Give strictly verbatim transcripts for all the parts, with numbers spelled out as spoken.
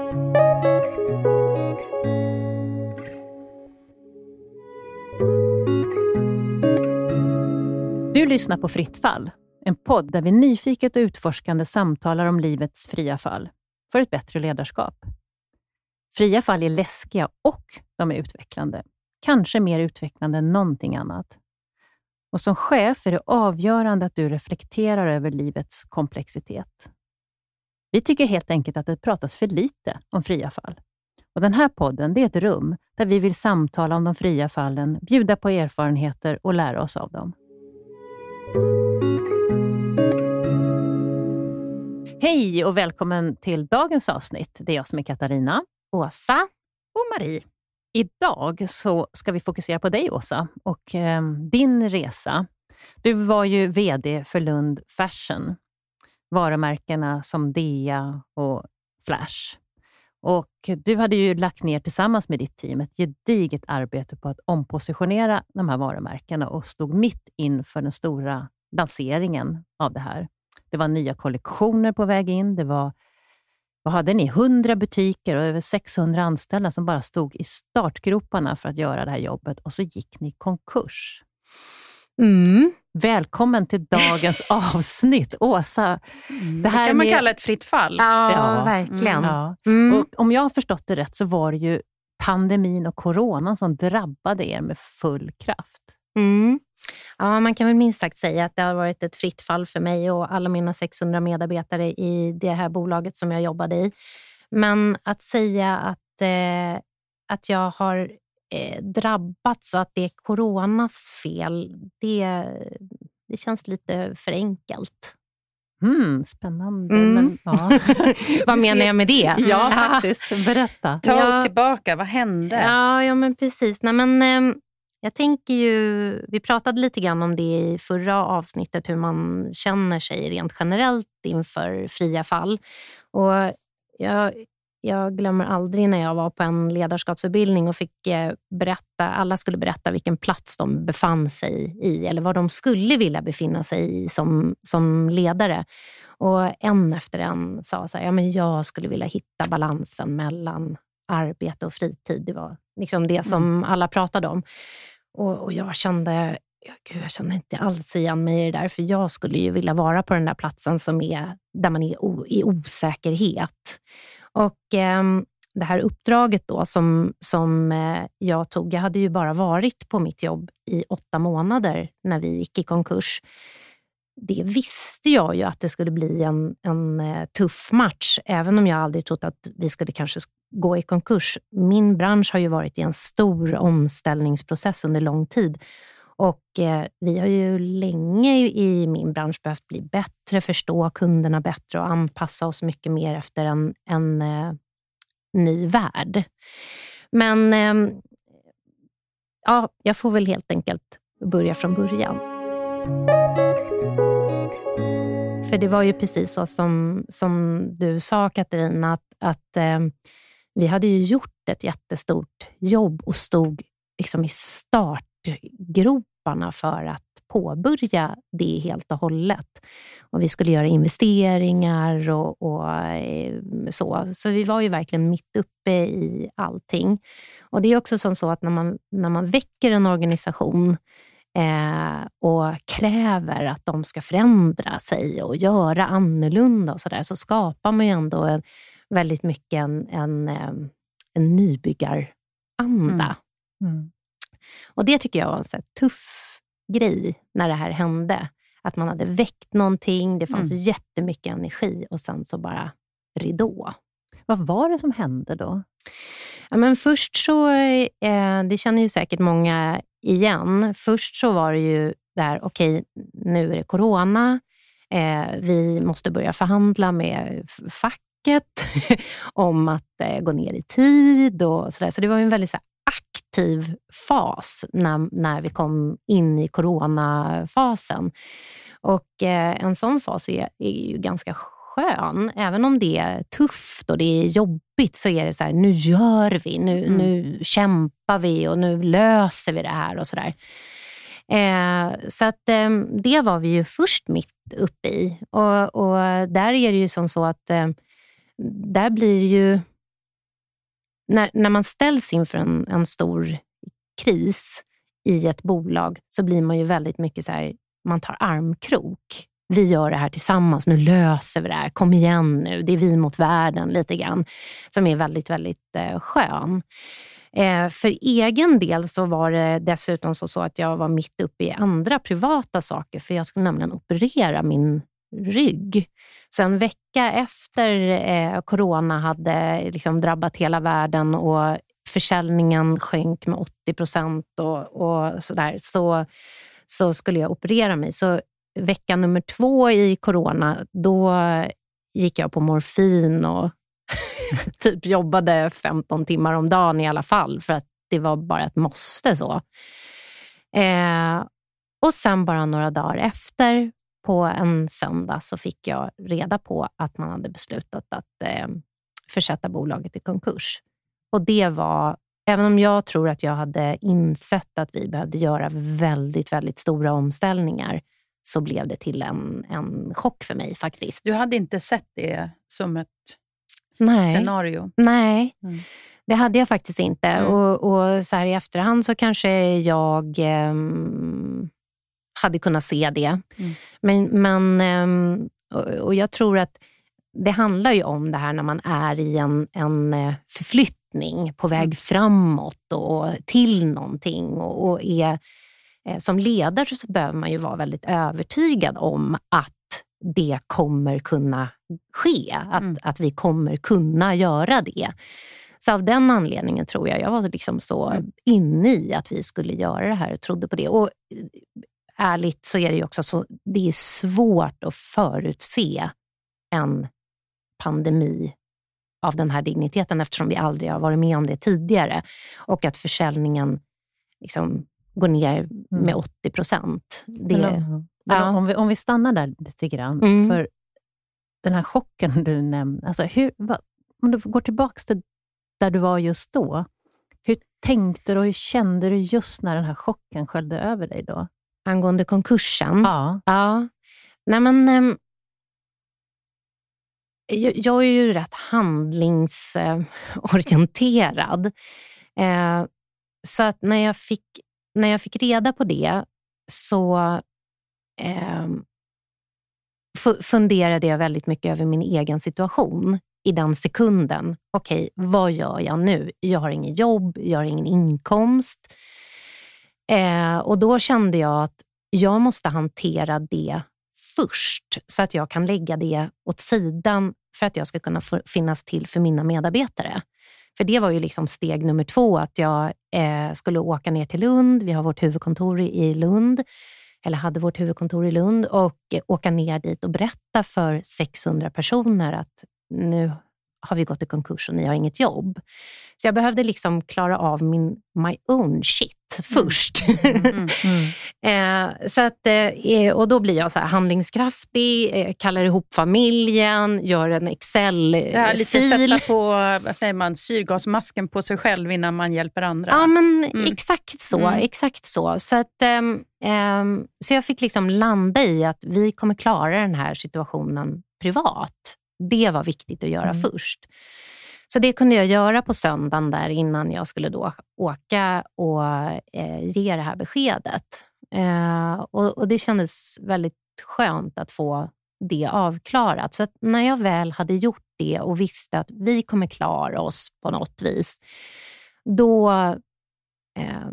Du lyssnar på Fritt fall, en podd där vi nyfiket och utforskande samtalar om livets fria fall för ett bättre ledarskap. Fria fall är läskiga och de är utvecklande. Kanske mer utvecklande än någonting annat. Och som chef är det avgörande att du reflekterar över livets komplexitet. Vi tycker helt enkelt att det pratas för lite om fria fall. Och den här podden, det är ett rum där vi vill samtala om de fria fallen, bjuda på erfarenheter och lära oss av dem. Hej och välkommen till dagens avsnitt. Det är jag som är Katarina, Åsa och Marie. Idag så ska vi fokusera på dig, Åsa, och eh, din resa. Du var ju vd för Lund Fashion, varumärkena som Dea och Flash. Och du hade ju lagt ner tillsammans med ditt team ett gediget arbete på att ompositionera de här varumärkena och stod mitt inför den stora lanseringen av det här. Det var nya kollektioner på väg in, det var, vad hade ni, hundra butiker och över sexhundra anställda som bara stod i startgroparna för att göra det här jobbet, och så gick ni konkurs. Mm. Välkommen till dagens avsnitt, Åsa. Mm. Det här det kan man med... kalla ett fritt fall. Ja, Ja, verkligen. Mm, ja. Mm. Och om jag har förstått det rätt så var det ju pandemin och coronan som drabbade er med full kraft. Mm. Ja, man kan väl minst sagt säga att det har varit ett fritt fall för mig och alla mina sexhundra medarbetare i det här bolaget som jag jobbade i. Men att säga att, eh, att jag har eh, drabbats och att det är coronas fel, det, det känns lite för enkelt. Mm, spännande. Mm. Men, ja. Vad menar jag med det? Ja, faktiskt. Berätta. Ta Ja. oss tillbaka, vad hände? Ja, ja men precis. Nej, men, eh, jag tänker ju, vi pratade lite grann om det i förra avsnittet, hur man känner sig rent generellt inför fria fall. Och jag, jag glömmer aldrig när jag var på en ledarskapsutbildning och fick eh, berätta, alla skulle berätta vilken plats de befann sig i eller vad de skulle vilja befinna sig i som, som ledare. Och en efter en sa så här, ja men jag skulle vilja hitta balansen mellan arbete och fritid. Det var liksom det som mm. alla pratade om. Och, och jag kände, ja, gud, jag kände inte alls igen mig i det där. För jag skulle ju vilja vara på den där platsen som är, där man är o, i osäkerhet. Och eh, det här uppdraget då som, som eh, jag tog, jag hade ju bara varit på mitt jobb i åtta månader när vi gick i konkurs. Det visste jag ju att det skulle bli en, en eh, tuff match, även om jag aldrig trott att vi skulle kanske gå i konkurs. Min bransch har ju varit i en stor omställningsprocess under lång tid. Och eh, vi har ju länge i min bransch behövt bli bättre, förstå kunderna bättre och anpassa oss mycket mer efter en, en eh, ny värld. Men eh, ja, jag får väl helt enkelt börja från början. För det var ju precis så som, som du sa, Katarina, att, att eh, vi hade ju gjort ett jättestort jobb och stod liksom i startgroparna för att påbörja det helt och hållet. Och vi skulle göra investeringar och, och eh, så. Så vi var ju verkligen mitt uppe i allting. Och det är också som så att när man, när man väcker en organisation Eh, och kräver att de ska förändra sig och göra annorlunda och sådär, så skapar man ju ändå en, väldigt mycket en, en, en nybyggaranda. Mm. Mm. Och det tycker jag var en så här tuff grej när det här hände. Att man hade väckt någonting, det fanns mm. jättemycket energi och sen så bara ridå. Vad var det som hände då? Ja, men först så, eh, det känner ju säkert många igen. Först så var det ju där, okej, okay, nu är det corona. Eh, vi måste börja förhandla med facket om att eh, gå ner i tid och sådär. Så det var ju en väldigt så här, aktiv fas när, när vi kom in i coronafasen. Och eh, en sån fas är, är ju ganska skön. Även om det är tufft och det är jobbigt, så är det så här, nu gör vi, nu, mm. nu kämpar vi och nu löser vi det här och sådär. Eh, så att eh, det var vi ju först mitt uppe i. Och, och där är det ju som så att eh, där blir ju när, när man ställs inför en, en stor kris i ett bolag så blir man ju väldigt mycket så här, man tar armkrok. Vi gör det här tillsammans, nu löser vi det här, kom igen nu, det är vi mot världen lite grann, som är väldigt, väldigt eh, skön. Eh, för egen del så var det dessutom så, så att jag var mitt uppe i andra privata saker, för jag skulle nämligen operera min rygg. Så en vecka efter eh, corona hade liksom drabbat hela världen och försäljningen sjönk med åttio procent och, och sådär, så, så skulle jag operera mig. Så vecka nummer två i corona, då gick jag på morfin och typ jobbade femton timmar om dagen i alla fall, för att det var bara ett måste så. Eh, och sen bara några dagar efter, på en söndag, så fick jag reda på att man hade beslutat att eh, försätta bolaget i konkurs. Och det var, även om jag tror att jag hade insett att vi behövde göra väldigt, väldigt stora omställningar, så blev det till en, en chock för mig faktiskt. Du hade inte sett det som ett Nej. scenario? Nej, mm. det hade jag faktiskt inte. Mm. Och, och så här i efterhand så kanske jag eh, hade kunnat se det. Mm. Men, men eh, och, och jag tror att det handlar ju om det här när man är i en, en förflyttning på väg mm. framåt och till någonting och, och är som ledare, så behöver man ju vara väldigt övertygad om att det kommer kunna ske. Att, mm. att vi kommer kunna göra det. Så av den anledningen tror jag, jag var liksom så mm. inne i att vi skulle göra det här och trodde på det. Och ärligt så är det ju också så, det är svårt att förutse en pandemi av den här digniteten, eftersom vi aldrig har varit med om det tidigare. Och att försäljningen liksom går ner med åttio procent. Det, men, ja. om, vi, om vi stannar där lite grann. Mm. För den här chocken du nämnde. Alltså hur, vad, om du går tillbaka till där du var just då. Hur tänkte du och hur kände du just när den här chocken sköljde över dig då? Angående konkursen? Ja. Ja. Nej men... Ähm, jag, jag är ju rätt handlingsorienterad. Äh, så att när jag fick När jag fick reda på det så eh, f- funderade jag väldigt mycket över min egen situation i den sekunden. Okej, vad gör jag nu? Jag har ingen jobb, jag har ingen inkomst. Eh, och då kände jag att jag måste hantera det först, så att jag kan lägga det åt sidan för att jag ska kunna f- finnas till för mina medarbetare. För det var ju liksom steg nummer två, att jag eh, skulle åka ner till Lund. Vi har vårt huvudkontor i Lund, eller hade vårt huvudkontor i Lund, och eh, åka ner dit och berätta för sexhundra personer att nu har vi gått i konkurs och ni har inget jobb. Så jag behövde liksom klara av min my own shit först. Mm. Mm. Mm. eh, så att, eh, och då blir jag så här handlingskraftig, eh, kallar ihop familjen, gör en Excel-fil. Det här lite sätta på, vad säger man, syrgasmasken på sig själv innan man hjälper andra. Ja, men mm. exakt så, mm. exakt så. Så, att, eh, eh, så jag fick liksom landa i att vi kommer klara den här situationen privat. Det var viktigt att göra mm. först. Så det kunde jag göra på söndagen där innan jag skulle då åka och eh, ge det här beskedet. Eh, och, och det kändes väldigt skönt att få det avklarat. Så att när jag väl hade gjort det och visste att vi kommer klara oss på något vis, då, eh,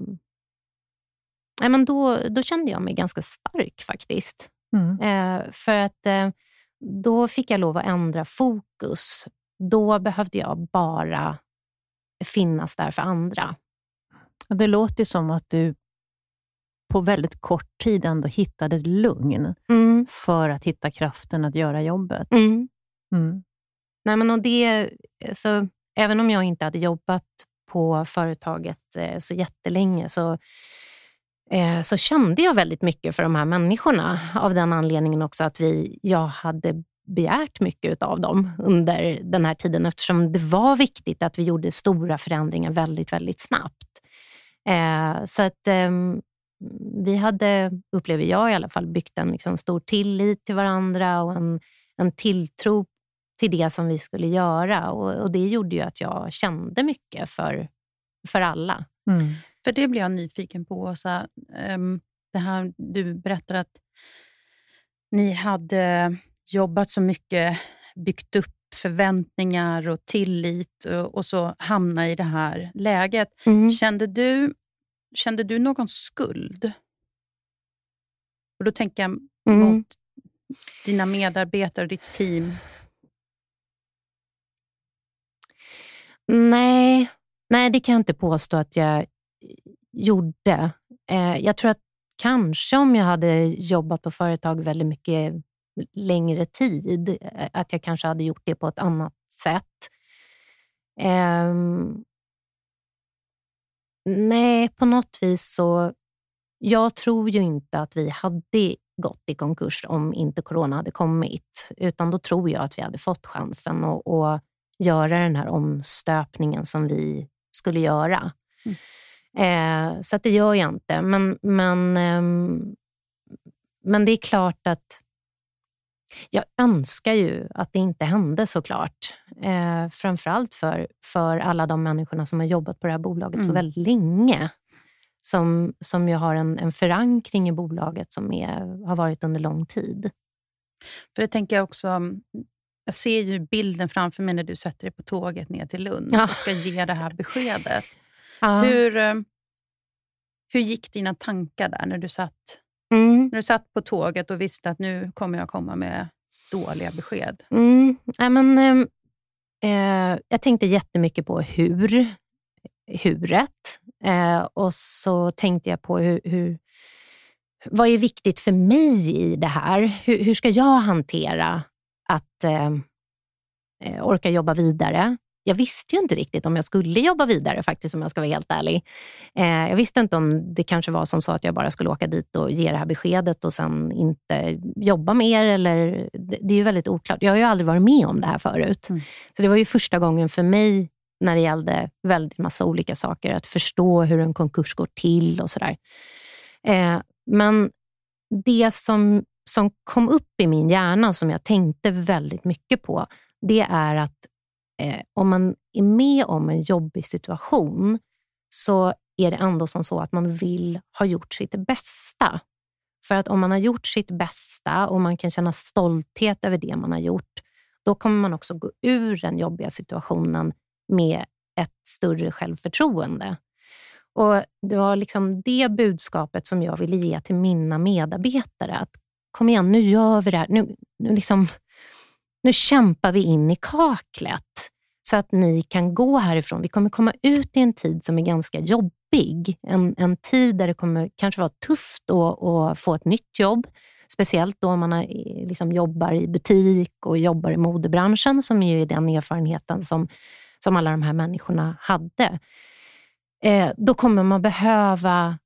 nej men då, då kände jag mig ganska stark faktiskt. Mm. Eh, för att eh, då fick jag lov att ändra fokus. Då behövde jag bara finnas där för andra. Det låter ju som att du på väldigt kort tid ändå hittade lugn mm. för att hitta kraften att göra jobbet. Mm. Mm. Nej, men och det, så, även om jag inte hade jobbat på företaget eh, så jättelänge så, eh, så kände jag väldigt mycket för de här människorna. Av den anledningen också att vi, jag hade begärt mycket av dem under den här tiden, eftersom det var viktigt att vi gjorde stora förändringar väldigt, väldigt snabbt. Eh, så att eh, vi hade, upplever jag i alla fall, byggt en liksom stor tillit till varandra och en, en tilltro till det som vi skulle göra. Och, och det gjorde ju att jag kände mycket för, för alla. Mm. För det blir jag nyfiken på, Åsa. Um, det här, du berättar att ni hade jobbat så mycket, byggt upp förväntningar och tillit och, och så hamna i det här läget. Mm. Kände du, kände du någon skuld? Och då tänker jag Mm. mot dina medarbetare och ditt team. Nej, nej, det kan jag inte påstå att jag gjorde. Eh, jag tror att kanske om jag hade jobbat på företag väldigt mycket längre tid, att jag kanske hade gjort det på ett annat sätt. Eh, nej, på något vis så... Jag tror ju inte att vi hade gått i konkurs om inte corona hade kommit. Utan då tror jag att vi hade fått chansen att, att göra den här omstöpningen som vi skulle göra. Mm. Eh, så att det gör jag inte. Men, men, eh, men det är klart att jag önskar ju att det inte hände, såklart. Eh, framförallt för, för alla de människorna som har jobbat på det här bolaget mm. så väldigt länge. Som, som ju har en, en förankring i bolaget som är, har varit under lång tid. För det tänker jag också, jag ser ju bilden framför mig när du sätter dig på tåget ner till Lund ja. och ska ge det här beskedet. Ja. Hur, hur gick dina tankar där när du satt, mm. när du satt på tåget och visste att nu kommer jag komma med dåliga besked? Mm. Ja, men, eh, jag tänkte jättemycket på hur, huret. Eh, och så tänkte jag på hur, hur, vad är viktigt för mig i det här? Hur, hur ska jag hantera att eh, orka jobba vidare? Jag visste ju inte riktigt om jag skulle jobba vidare faktiskt, om jag ska vara helt ärlig. Eh, jag visste inte om det kanske var som så att jag bara skulle åka dit och ge det här beskedet och sen inte jobba mer. Eller, det, det är ju väldigt oklart. Jag har ju aldrig varit med om det här förut. Mm. Så det var ju första gången för mig när det gällde väldigt massa olika saker. Att förstå hur en konkurs går till och sådär. Eh, men det som, som kom upp i min hjärna och som jag tänkte väldigt mycket på, det är att eh, om man är med om en jobbig situation så är det ändå som så att man vill ha gjort sitt bästa. För att om man har gjort sitt bästa och man kan känna stolthet över det man har gjort, då kommer man också gå ur den jobbiga situationen med ett större självförtroende. Och det var liksom det budskapet som jag ville ge till mina medarbetare. Att kom igen, nu gör vi det här. Nu, nu, liksom, nu kämpar vi in i kaklet så att ni kan gå härifrån. Vi kommer komma ut i en tid som är ganska jobbig. En, en tid där det kommer kanske vara tufft att, att få ett nytt jobb. Speciellt då man har, liksom, jobbar i butik och jobbar i modebranschen, som ju är den erfarenheten som, som alla de här människorna hade. Eh, då kommer man behöva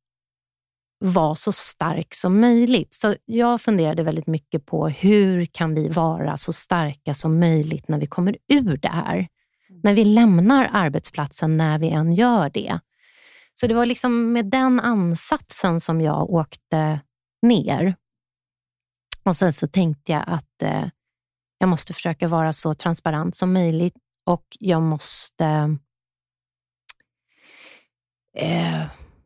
vara så stark som möjligt. Så jag funderade väldigt mycket på hur kan vi vara så starka som möjligt när vi kommer ur det här. Mm. När vi lämnar arbetsplatsen, när vi än gör det. Så det var liksom med den ansatsen som jag åkte ner. Och sen så tänkte jag att eh, jag måste försöka vara så transparent som möjligt. Och jag måste... Eh,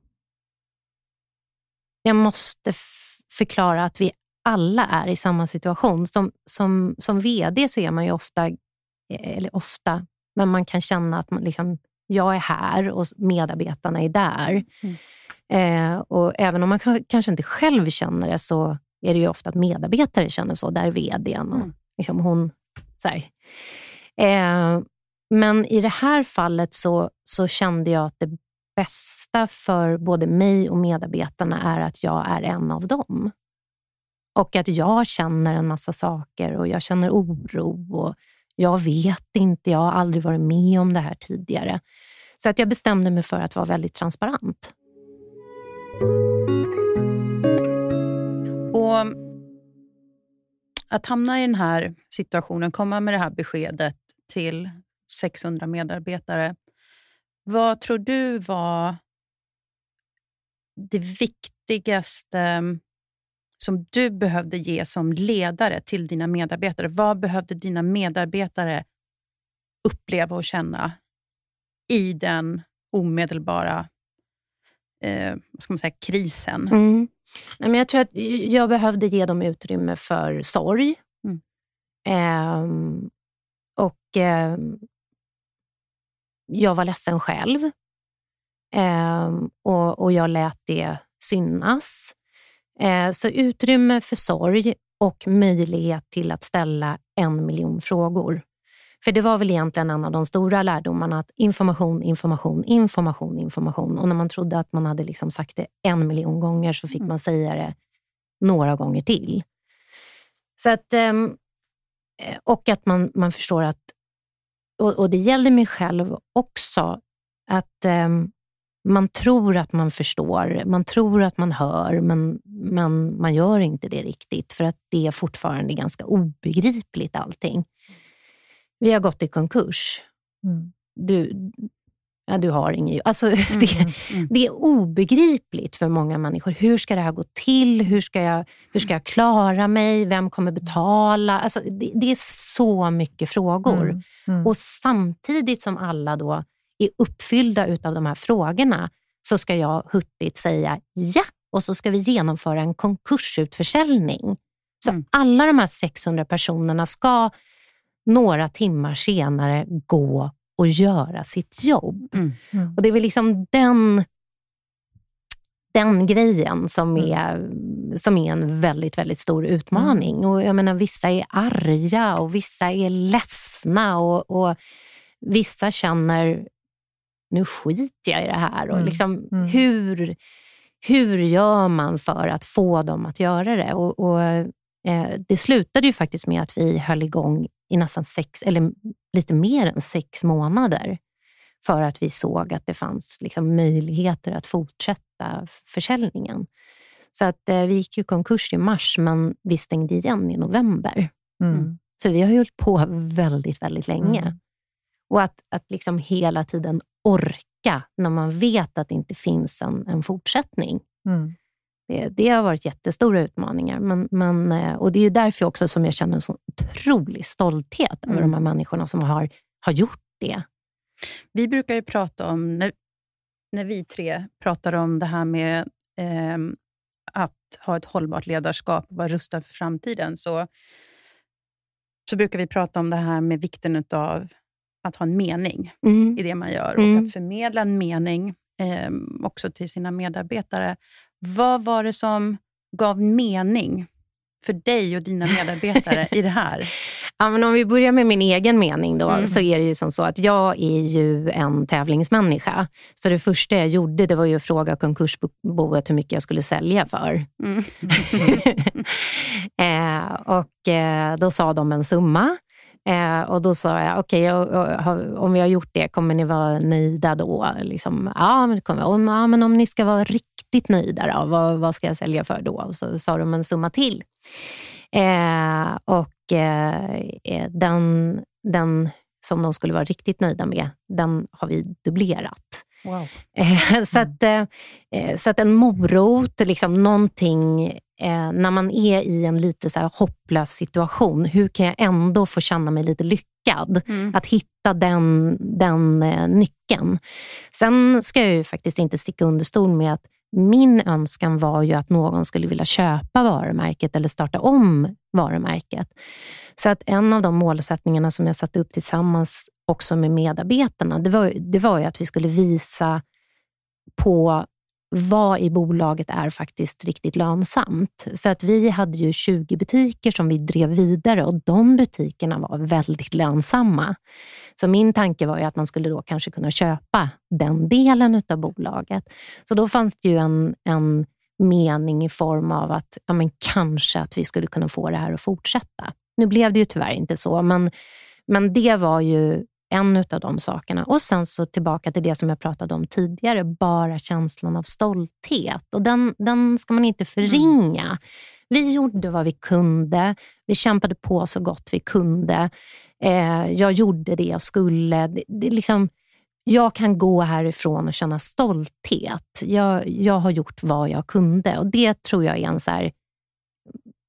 jag måste f- förklara att vi alla är i samma situation. Som, som, som vd så är man ju ofta, eller ofta, men man kan känna att man liksom, jag är här och medarbetarna är där. Mm. Eh, och även om man k- kanske inte själv känner det, så är det ju ofta att medarbetare känner så. Där är vdn och mm. liksom hon så här. Eh, men i det här fallet så, så kände jag att det bästa för både mig och medarbetarna är att jag är en av dem. Och att jag känner en massa saker och jag känner oro och jag vet inte, jag har aldrig varit med om det här tidigare. Så att jag bestämde mig för att vara väldigt transparent. Och att hamna i den här situationen, komma med det här beskedet till sexhundra medarbetare. Vad tror du var det viktigaste som du behövde ge som ledare till dina medarbetare? Vad behövde dina medarbetare uppleva och känna i den omedelbara eh, vad ska man säga, krisen? Mm. Nej, men jag tror att jag behövde ge dem utrymme för sorg. Mm. Eh, och eh, jag var ledsen själv. Eh, och, och jag lät det synas. Eh, så utrymme för sorg och möjlighet till att ställa en miljon frågor. För det var väl egentligen en av de stora lärdomarna, att information, information, information, information. Och när man trodde att man hade liksom sagt det en miljon gånger så fick man säga det några gånger till. Så att, och att man, man förstår att, och, och det gällde mig själv också, att man tror att man förstår, man tror att man hör, men, men man gör inte det riktigt, för att det är fortfarande ganska obegripligt allting. Vi har gått i konkurs. Mm. Du, ja, du har ingen... Alltså, mm, det, mm. det är obegripligt för många människor. Hur ska det här gå till? Hur ska jag, hur ska jag klara mig? Vem kommer betala? Alltså, det, det är så mycket frågor. Mm, mm. Och samtidigt som alla då är uppfyllda utav de här frågorna, så ska jag hurtigt säga ja. Och så ska vi genomföra en konkursutförsäljning. Så mm. alla de här sexhundra personerna ska några timmar senare gå och göra sitt jobb. Mm. Mm. Och det är väl liksom den, den grejen som är, mm. som är en väldigt, väldigt stor utmaning. Mm. Och jag menar, vissa är arga och vissa är ledsna och, och vissa känner, nu skiter jag i det här. Och liksom, mm. hur, hur gör man för att få dem att göra det? Och, och eh, det slutade ju faktiskt med att vi höll igång i nästan sex, eller lite mer än sex månader, för att vi såg att det fanns liksom möjligheter att fortsätta försäljningen. Så att eh, vi gick ju konkurs i mars, men vi stängde igen i november. Mm. Så vi har ju hållit på väldigt, väldigt länge. Mm. Och att, att liksom hela tiden orka när man vet att det inte finns en, en fortsättning. Mm. Det, det har varit jättestora utmaningar. Men, men, och det är ju därför också som jag känner en så otrolig stolthet mm. över de här människorna som har, har gjort det. Vi brukar ju prata om, när, när vi tre pratar om det här med eh, att ha ett hållbart ledarskap och vara rustad för framtiden, så, så brukar vi prata om det här med vikten av att ha en mening mm. i det man gör. Och mm. att förmedla en mening eh, också till sina medarbetare. Vad var det som gav mening för dig och dina medarbetare i det här? Ja, men om vi börjar med min egen mening då, mm. så är det ju som så att jag är ju en tävlingsmänniska. Så det första jag gjorde, det var ju att fråga konkursboet hur mycket jag skulle sälja för. Mm. eh, och eh, då sa de en summa. Eh, och då sa jag, okej, okay, om vi har gjort det, kommer ni vara nöjda då? Liksom, ja, men, kommer, om, ja, men om ni ska vara riktigt nöjda då, vad, vad ska jag sälja för då? Och så sa de en summa till. Eh, och eh, den, den som de skulle vara riktigt nöjda med, den har vi dubblerat. Wow. Eh, så, att, eh, så att en morot, liksom någonting, eh, när man är i en lite så här hopplös situation, hur kan jag ändå få känna mig lite lyckad? Mm. Att hitta den, den eh, nyckeln. Sen ska jag ju faktiskt inte sticka under stol med att min önskan var ju att någon skulle vilja köpa varumärket eller starta om varumärket. Så att en av de målsättningarna som jag satte upp tillsammans också med medarbetarna, det var, det var ju att vi skulle visa på vad i bolaget är faktiskt riktigt lönsamt. Så att vi hade ju tjugo butiker som vi drev vidare, och de butikerna var väldigt lönsamma. Så min tanke var ju att man skulle då kanske kunna köpa den delen av bolaget. Så då fanns det ju en, en mening i form av att ja, men kanske att vi skulle kunna få det här att fortsätta. Nu blev det ju tyvärr inte så, men, men det var ju en av de sakerna. Och sen så tillbaka till det som jag pratade om tidigare, bara känslan av stolthet. Och den, den ska man inte förringa. Mm. Vi gjorde vad vi kunde. Vi kämpade på så gott vi kunde. Eh, jag gjorde det jag skulle. Det, det liksom, jag kan gå härifrån och känna stolthet. Jag, jag har gjort vad jag kunde. Och det tror jag är en så här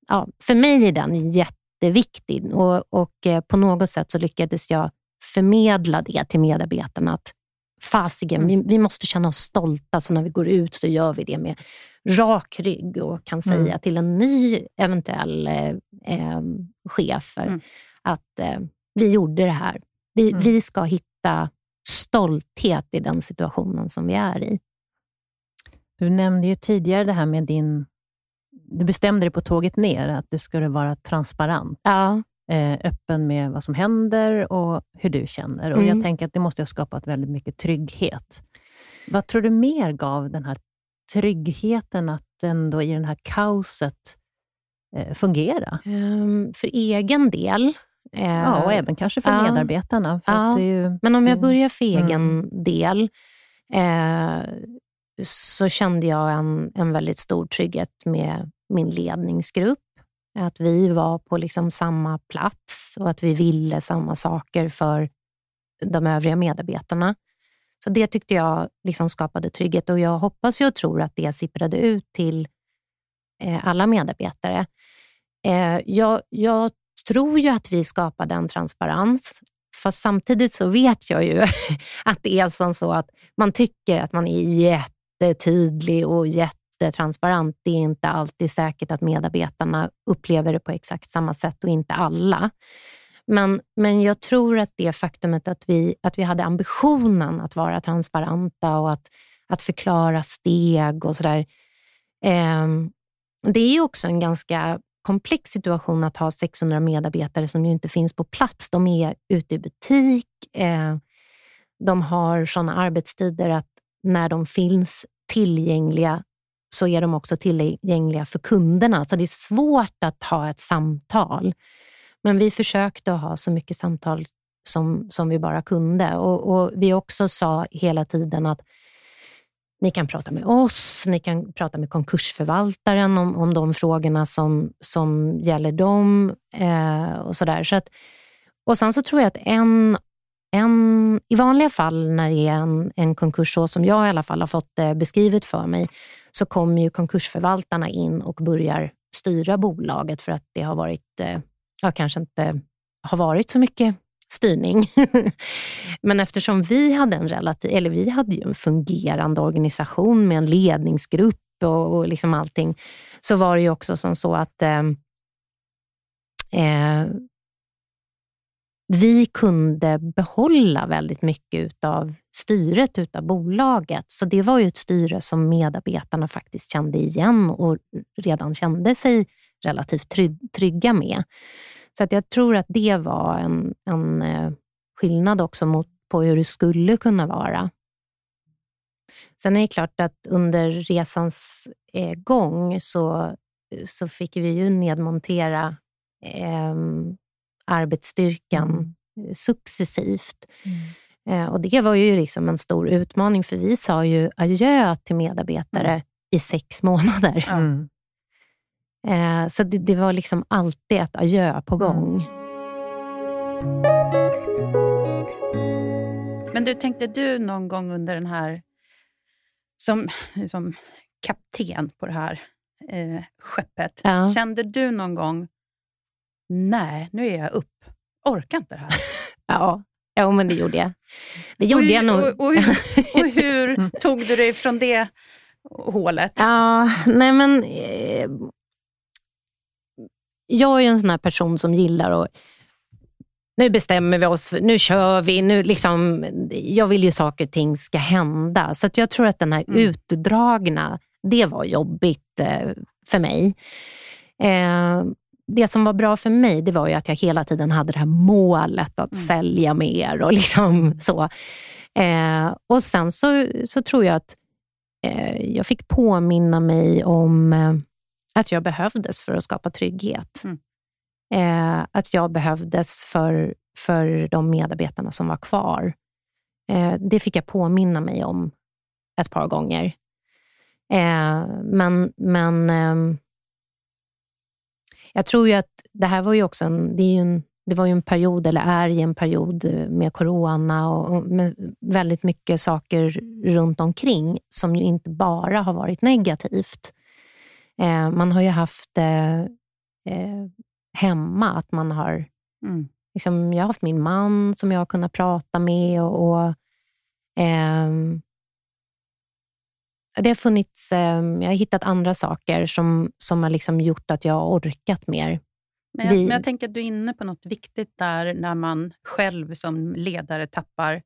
ja, för mig är den jätteviktig. Och, och eh, på något sätt så lyckades jag förmedla det till medarbetarna. Att fasigen, mm. vi, vi måste känna oss stolta. Så när vi går ut så gör vi det med rak rygg. Och kan säga mm. till en ny eventuell eh, eh, chef mm. att eh, vi gjorde det här. Vi, mm. vi ska hitta stolthet i den situationen som vi är i. Du nämnde ju tidigare det här med din... Du bestämde dig på tåget ner att det skulle vara transparent. Ja. Eh, öppen med vad som händer och hur du känner. Och mm. jag tänker att det måste ha skapat väldigt mycket trygghet. Vad tror du mer gav den här tryggheten att ändå i den här kaoset eh, fungera? Um, för egen del... Ja, och även kanske för ja, medarbetarna. För ja. att det är ju, men om jag börjar för egen mm. del eh, så kände jag en, en väldigt stor trygghet med min ledningsgrupp. Att vi var på liksom samma plats och att vi ville samma saker för de övriga medarbetarna. Så det tyckte jag liksom skapade trygghet, och jag hoppas och tror att det sipprade ut till eh, alla medarbetare. Eh, jag, jag tror ju att vi skapade en transparens, fast samtidigt så vet jag ju att det är som så att man tycker att man är jättetydlig och jättetransparent. Det är inte alltid säkert att medarbetarna upplever det på exakt samma sätt, och inte alla. Men, men jag tror att det faktumet att vi, att vi hade ambitionen att vara transparenta och att, att förklara steg och sådär. Eh, det är ju också en ganska komplex situation att ha sexhundra medarbetare som ju inte finns på plats. De är ute i butik. Eh, de har sådana arbetstider att när de finns tillgängliga så är de också tillgängliga för kunderna. Så det är svårt att ha ett samtal. Men vi försökte ha så mycket samtal som, som vi bara kunde. Och, och vi också sa hela tiden att ni kan prata med oss, ni kan prata med konkursförvaltaren om, om de frågorna som, som gäller dem. Eh, och sådär. Så att, och sen så tror jag att en, en, i vanliga fall när det är en, en konkurs, så som jag i alla fall har fått eh, beskrivet för mig, så kommer ju konkursförvaltarna in och börjar styra bolaget, för att det har varit, eh, ja, kanske inte har varit så mycket styrning. Men eftersom vi hade en relativ, eller vi hade ju en fungerande organisation med en ledningsgrupp och, och liksom allting, så var det ju också som så att eh, eh, vi kunde behålla väldigt mycket utav styret utav bolaget. Så det var ju ett styre som medarbetarna faktiskt kände igen och redan kände sig relativt trygga med. Så att jag tror att det var en, en eh, skillnad också mot, på hur det skulle kunna vara. Sen är det klart att under resans eh, gång så, så fick vi ju nedmontera eh, arbetsstyrkan mm. successivt. Mm. Eh, och det var ju liksom en stor utmaning, för vi sa ju adjö till medarbetare mm. i sex månader. Mm. Eh, så det, det var liksom alltid ett adjö på gång. Mm. Men du, tänkte du någon gång under den här som, som kapten på det här eh, skeppet, ja. Kände du någon gång, nej, nu är jag upp, orkar inte det här? Ja, ja, men det gjorde jag. Det gjorde och, jag nog. Och, och, och hur tog du dig från det hålet? Ja, nej men eh, jag är ju en sån här person som gillar att nu bestämmer vi oss, nu kör vi, nu liksom, jag vill ju saker och ting ska hända. Så att jag tror att den här mm. utdragna, det var jobbigt eh, för mig. Eh, det som var bra för mig, det var ju att jag hela tiden hade det här målet att mm. sälja mer och liksom så. Eh, och sen så, så tror jag att eh, jag fick påminna mig om eh, att jag behövdes för att skapa trygghet. Mm. Eh, att jag behövdes för, för de medarbetarna som var kvar. Eh, det fick jag påminna mig om ett par gånger. Eh, men men eh, jag tror ju att det här var ju också en, det är ju en, det var ju en period, eller är i en period med corona och med väldigt mycket saker runt omkring som ju inte bara har varit negativt. Eh, man har ju haft eh, eh, hemma. Att man har... Mm. Liksom, jag har haft min man som jag har kunnat prata med. Och, och ehm, det har funnits... Eh, jag har hittat andra saker som, som har liksom gjort att jag har orkat mer. Men jag, Vi, men jag tänker att du är inne på något viktigt där när man själv som ledare tappar,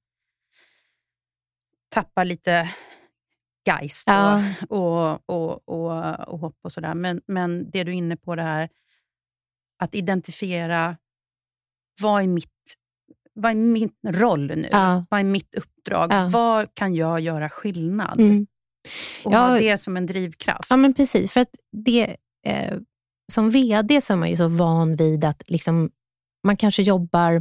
tappar lite geist ja. och, och, och, och hopp och sådär. Men, men det du är inne på det här, att identifiera vad är mitt, vad är min roll nu? Ja. Vad är mitt uppdrag? Ja. Vad kan jag göra skillnad? Mm. Och Ja, ha det som en drivkraft. Ja, men precis. För att det, eh, som vd så är man ju så van vid att liksom, man kanske jobbar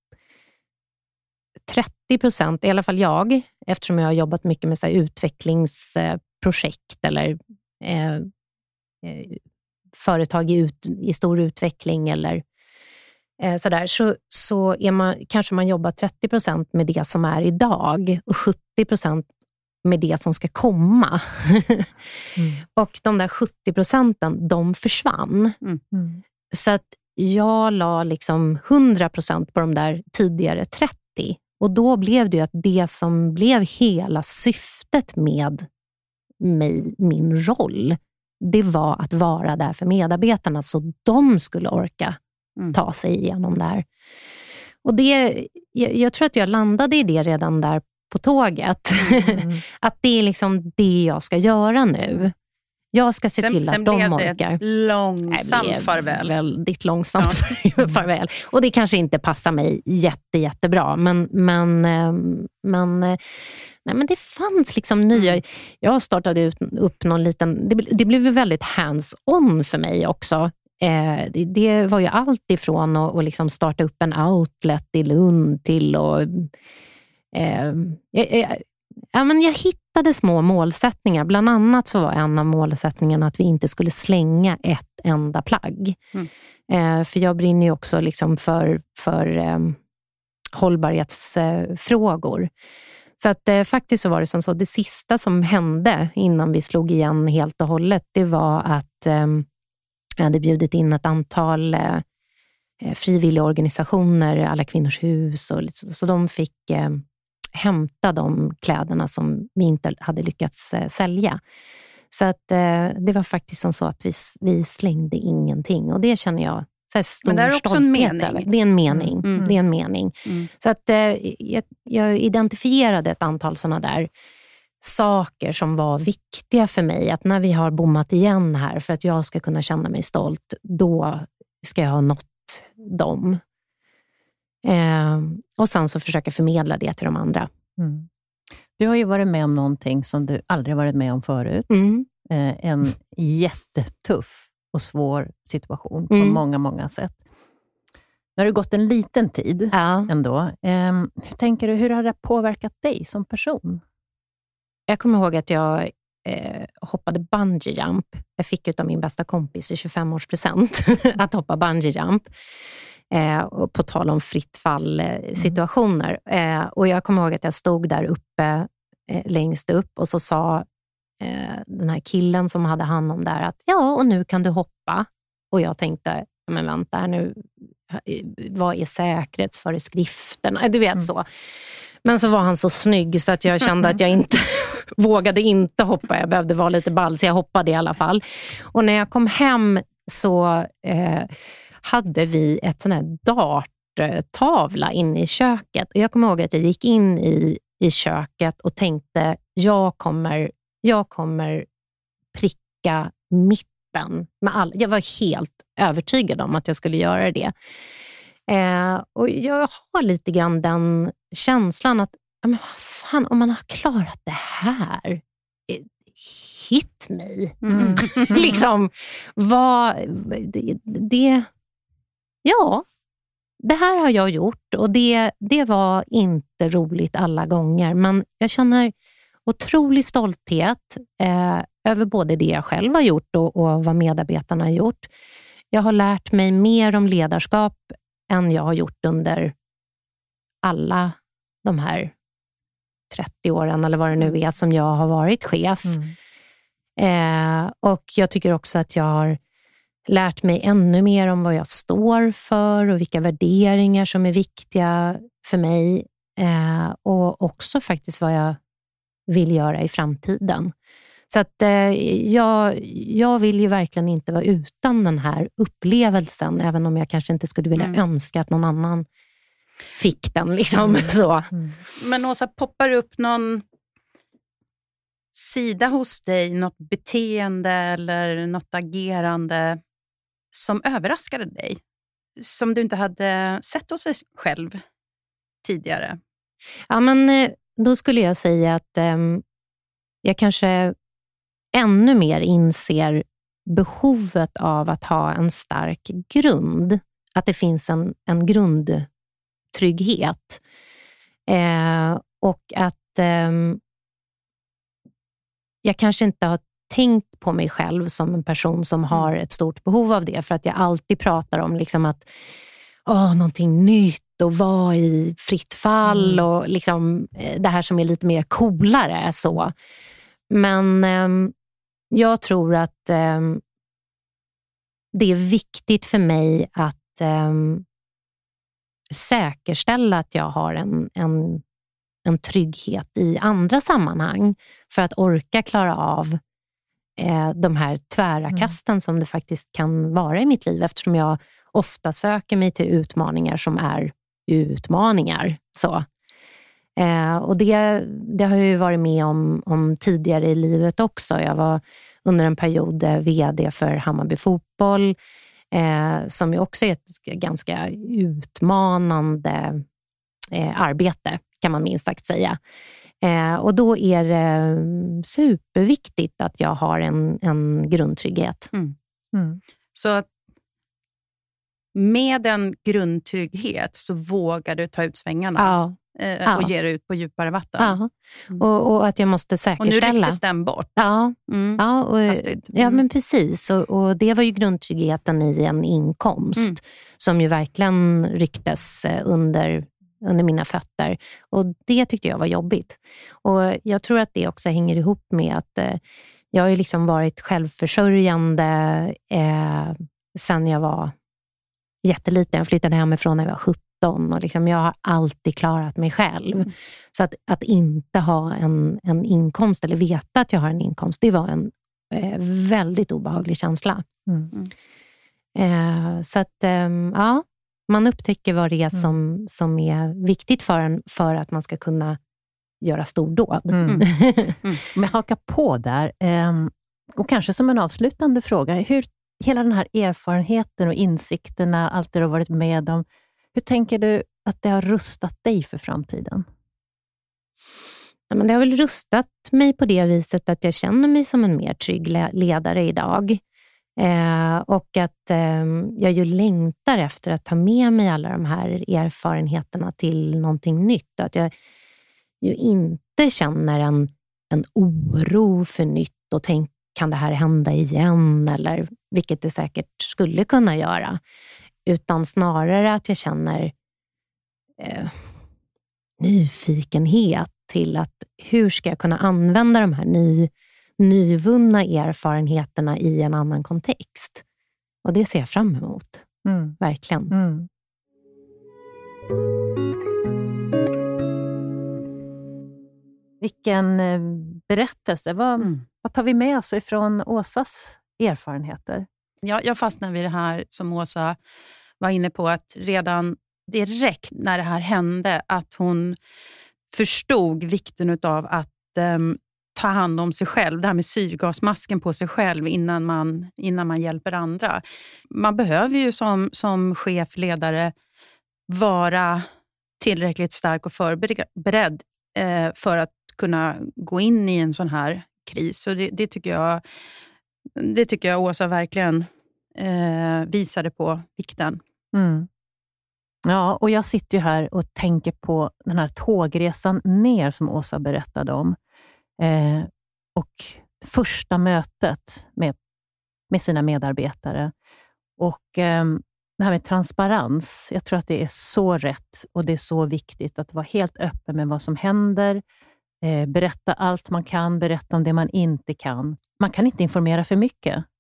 trettio procent, i alla fall jag, eftersom jag har jobbat mycket med så här, utvecklingsprojekt eller eh, eh, företag i, ut, i stor utveckling eller eh, sådär, så, så är man, kanske man jobbar trettio procent med det som är idag och sjuttio procent med det som ska komma. mm. Och de där sjuttio procenten, de försvann. Mm. Mm. Så att jag la liksom hundra procent på de där tidigare trettio. Och då blev det ju att det som blev hela syftet med mig, min roll, det var att vara där för medarbetarna så de skulle orka mm. ta sig igenom det här. Och det, jag, jag tror att jag landade i det redan där på tåget. Mm. Att det är liksom det jag ska göra nu. Jag ska se sen, till sen att de blev orkar. Det ett långsamt det blev farväl. Väldigt långsamt ja. farväl. Och det kanske inte passar mig jätte, jättebra. Men, men, men, nej, men det fanns liksom nya... Jag startade ut, upp någon liten... Det, det blev väldigt hands-on för mig också. Eh, det, det var ju allt ifrån att och liksom starta upp en outlet i Lund till och... Eh, jag, ja, men jag hittade små målsättningar. Bland annat så var en av målsättningarna att vi inte skulle slänga ett enda plagg. Mm. Eh, för jag brinner ju också liksom för, för eh, hållbarhetsfrågor. Eh, så att eh, faktiskt så var det som så. Det sista som hände innan vi slog igen helt och hållet, det var att eh, jag hade bjudit in ett antal eh, frivilliga organisationer, Alla kvinnors hus. Och, så de fick... Eh, hämta de kläderna som vi inte hade lyckats eh, sälja. Så att eh, det var faktiskt som så att vi, vi slängde ingenting. Och det känner jag så här stor Men det är också en mening. Över. Det är en mening. Mm. Det är en mening. Mm. Så att eh, jag, jag identifierade ett antal sådana där saker som var viktiga för mig. Att när vi har bommat igen här för att jag ska kunna känna mig stolt, då ska jag ha nått dem. Eh, och sen så försöka förmedla det till de andra. Mm. Du har ju varit med om någonting som du aldrig varit med om förut. Mm. Eh, en jättetuff och svår situation på mm. många, många sätt. Nu har det gått en liten tid ja. ändå. Eh, hur tänker du, hur har det påverkat dig som person? Jag kommer ihåg att jag eh, hoppade bungee jump. Jag fick ut av min bästa kompis i tjugofem-årspresent att hoppa bungee jump. Eh, och på tal om fritt fall eh, situationer. Eh, och jag kommer ihåg att jag stod där uppe eh, längst upp och så sa eh, den här killen som hade hand om där att ja, och nu kan du hoppa. Och jag tänkte, men vänta här nu, vad är säkerhetsföreskrifterna? Du vet mm. så. Men så var han så snygg så att jag kände att jag inte vågade inte hoppa. Jag behövde vara lite ball så jag hoppade i alla fall. Och när jag kom hem så... Eh, hade vi ett sån här darttavla inne i köket. Och jag kommer ihåg att jag gick in i, i köket och tänkte jag kommer, jag kommer pricka mitten. Med all, jag var helt övertygad om att jag skulle göra det. Eh, och jag har lite grann den känslan att men vad fan, om man har klarat det här, hit me. Mm. liksom, vad... Det... det Ja, det här har jag gjort och det, det var inte roligt alla gånger. Men jag känner otrolig stolthet eh, över både det jag själv har gjort och, och vad medarbetarna har gjort. Jag har lärt mig mer om ledarskap än jag har gjort under alla de här trettio åren eller vad det nu är som jag har varit chef. Mm. Eh, och jag tycker också att jag har lärt mig ännu mer om vad jag står för och vilka värderingar som är viktiga för mig. Eh, och också faktiskt vad jag vill göra i framtiden. Så att eh, jag, jag vill ju verkligen inte vara utan den här upplevelsen, även om jag kanske inte skulle vilja mm. önska att någon annan fick den. Liksom, mm. så. Mm. Men Åsa, poppar upp någon sida hos dig, något beteende eller något agerande som överraskade dig? Som du inte hade sett hos dig själv tidigare? Ja, men då skulle jag säga att eh, jag kanske ännu mer inser behovet av att ha en stark grund. Att det finns en, en grundtrygghet. Eh, och att eh, jag kanske inte har tänkt på mig själv som en person som har ett stort behov av det. För att jag alltid pratar om liksom att åh, någonting nytt och vara i fritt fall. Mm. Och liksom, det här som är lite mer coolare. Så. Men eh, jag tror att eh, det är viktigt för mig att eh, säkerställa att jag har en, en, en trygghet i andra sammanhang för att orka klara av eh, de här tvära kasten mm. som det faktiskt kan vara i mitt liv, eftersom jag ofta söker mig till utmaningar som är utmaningar. Så. Eh, och det, det har jag ju varit med om, om tidigare i livet också. Jag var under en period vd för Hammarby fotboll, eh, som ju också är ett ganska utmanande eh, arbete, kan man minst sagt säga. Eh, och då är det superviktigt att jag har en, en grundtrygghet. Mm. Mm. Så med en grundtrygghet så vågar du ta ut svängarna. Ja. Eh, ja. Och ge dig ut på djupare vatten. Ja. Mm. Och, och att jag måste säkerställa. Och nu rycktes den bort. Ja, mm. ja, och, mm. ja men precis. Och, och det var ju grundtryggheten i en inkomst. Mm. Som ju verkligen rycktes under, under mina fötter. Och det tyckte jag var jobbigt. Och jag tror att det också hänger ihop med att eh, jag har ju liksom varit självförsörjande eh, sen jag var jätteliten. Jag flyttade hemifrån när jag var sjutton. Och liksom jag har alltid klarat mig själv. Mm. Så att, att inte ha en, en inkomst eller veta att jag har en inkomst, det var en eh, väldigt obehaglig känsla. Mm. Eh, så att eh, ja, man upptäcker vad det är mm. som, som är viktigt för en för att man ska kunna göra stordåd. Mm. Mm. Men haka på där. Eh, och kanske som en avslutande fråga. Hur hela den här erfarenheten och insikterna, allt det du har varit med om, hur tänker du att det har rustat dig för framtiden? Ja, men det har väl rustat mig på det viset att jag känner mig som en mer trygg ledare idag. Eh, och att eh, jag ju längtar efter att ta med mig alla de här erfarenheterna till någonting nytt. Att jag ju inte känner en, en oro för nytt och tänker, kan det här hända igen? Eller vilket det säkert skulle kunna göra. Utan snarare att jag känner eh, nyfikenhet till att hur ska jag kunna använda de här ny, nyvunna erfarenheterna i en annan kontext. Och det ser jag fram emot. Mm. Verkligen. Mm. Vilken berättelse. Vad, mm. vad tar vi med oss ifrån Åsas erfarenheter? Ja, jag fastnar vid det här som Åsa var inne på, att redan direkt när det här hände att hon förstod vikten av att um, ta hand om sig själv. Det här med syrgasmasken på sig själv innan man, innan man hjälper andra. Man behöver ju som, som chef, ledare vara tillräckligt stark och förberedd eh, för att kunna gå in i en sån här kris. Och det, det tycker jag det tycker jag Åsa verkligen eh, visade på vikten. Mm. Ja, och jag sitter ju här och tänker på den här tågresan ner som Åsa berättade om. Eh, och första mötet med, med sina medarbetare. Och eh, det här med transparens. Jag tror att det är så rätt och det är så viktigt att vara helt öppen med vad som händer. Eh, berätta allt man kan, berätta om det man inte kan. Man kan inte informera för mycket.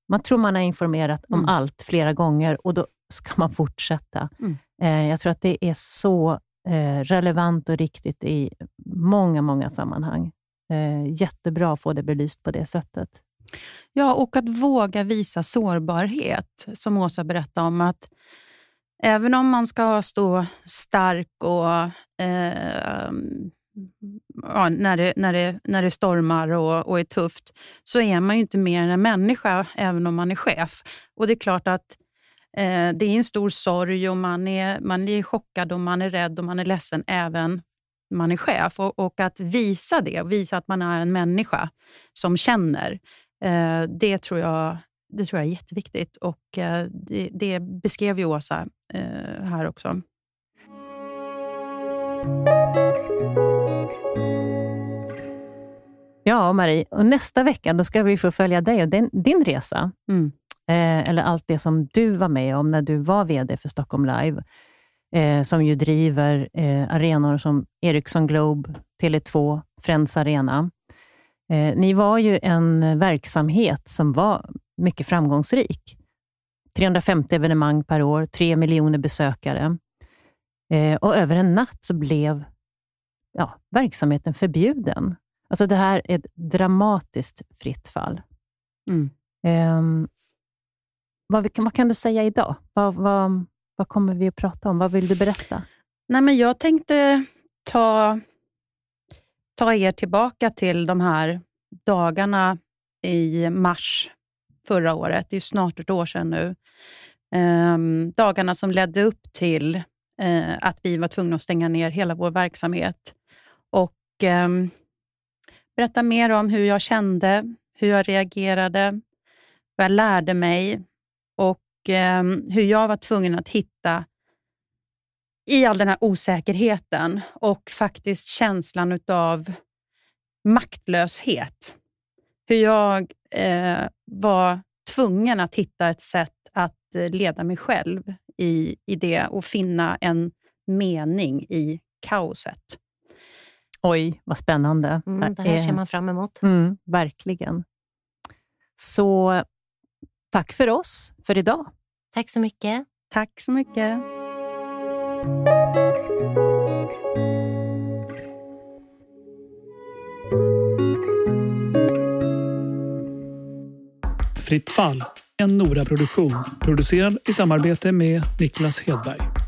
Man tror man har informerat om Mm. allt flera gånger och då ska man fortsätta. Mm. Eh, jag tror att det är så eh, relevant och riktigt i många, många sammanhang. Eh, jättebra att få det belyst på det sättet. Ja, och att våga visa sårbarhet, som Åsa berättade om, att även om man ska stå stark och eh, ja, när, det, när, det, när det stormar och, och är tufft, så är man ju inte mer än en människa, även om man är chef. Och det är klart att eh, det är en stor sorg och man är, man är chockad och man är rädd och man är ledsen, även man är chef. Och, och att visa det, visa att man är en människa som känner, eh, det tror jag Det tror jag är jätteviktigt, och eh, det, det beskrev ju Åsa eh, här också. Ja, Marie. Och nästa vecka då ska vi få följa dig och din, din resa. Mm. Eh, eller allt det som du var med om när du var vd för Stockholm Live. Eh, som ju driver eh, arenor som Ericsson Globe, Tele två, Friends Arena. Eh, ni var ju en verksamhet som var mycket framgångsrik. trehundrafemtio evenemang per år, tre miljoner besökare. Eh, och över en natt så blev ja, verksamheten förbjuden. Alltså det här är ett dramatiskt fritt fall. Mm. Eh, vad, vad kan du säga idag? Vad, vad, vad kommer vi att prata om? Vad vill du berätta? Nej, men jag tänkte ta, ta er tillbaka till de här dagarna i mars förra året. Det är snart ett år sedan nu. Ehm, dagarna som ledde upp till eh, att vi var tvungna att stänga ner hela vår verksamhet. Och ehm, berätta mer om hur jag kände, hur jag reagerade, vad jag lärde mig och ehm, hur jag var tvungen att hitta i all den här osäkerheten och faktiskt känslan utav maktlöshet. Hur jag eh, var tvungen att hitta ett sätt att eh, leda mig själv i, i det och finna en mening i kaoset. Oj, vad spännande. Mm, det här ser man fram emot. Mm, verkligen. Så tack för oss för idag. Tack så mycket. Tack så mycket. Fritt fall, en Nora-produktion, producerad i samarbete med Niklas Hedberg.